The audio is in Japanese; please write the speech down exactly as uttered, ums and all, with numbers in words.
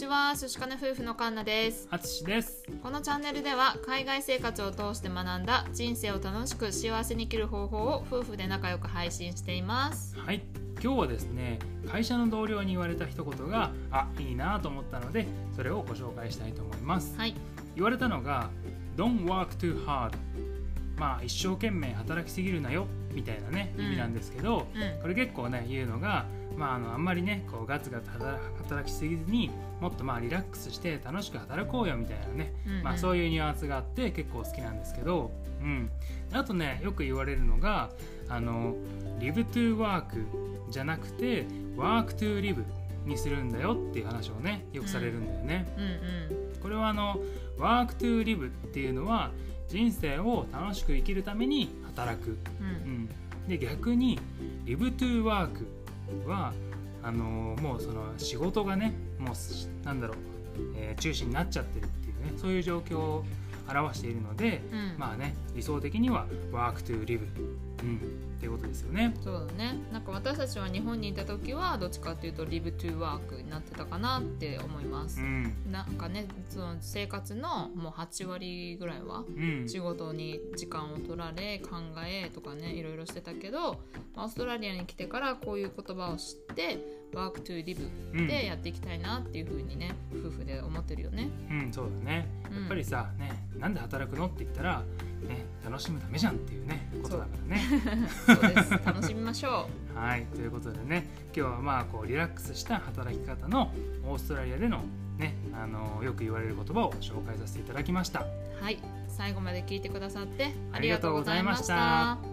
は、寿司かね夫婦のカンナです。 あつしです。 このチャンネルでは海外生活を通して学んだ人生を楽しく幸せに生きる方法を夫婦で仲良く配信しています。 はい、今日はですね、会社の同僚に言われた一言があ、いいなと思ったので、それをご紹介したいと思います。 はい、 言われたのが Don't work too hard、 まあ一生懸命働きすぎるなよみたいなね、意味なんですけど、 うんうん、 これ結構ね言うのが、まあ、あのあんまりねこうガツガツ働きすぎずに、もっとまあリラックスして楽しく働こうよみたいなね、うんうん、まあ、そういうニュアンスがあって結構好きなんですけど、うん、あとねよく言われるのがあの live to work じゃなくて work to live にするんだよっていう話をねよくされるんだよね、 うんうんうん、 これはあの work to live っていうのは人生を楽しく生きるために働く、うんうん、で逆に live to work はあのー、もうその仕事がねもうなんだろう、えー、中心になっちゃってるっていうね、そういう状況を表しているので、うん、まあね理想的には work to live、うん、っていうことですよね。 そうだね。なんか私たちは日本にいた時はどっちかっていうと live to work になってたかなって思います、うん、なんかねその生活のもうはちわりぐらいは仕事に時間を取られ考えとかねいろいろしてたけど、オーストラリアに来てからこういう言葉を知ってwork to live でやっていきたいなっていう風にね、うん、夫婦で思ってるよね。 うん、そうだね。やっぱりさ、ね、なんで働くのって言ったら、ね、楽しむためじゃんっていうねことだからね。 そうそうです。楽しみましょう。はい、ということでね、今日はまあこうリラックスした働き方のオーストラリアでのね、あのよく言われる言葉を紹介させていただきました。 はい、最後まで聞いてくださってありがとうございました。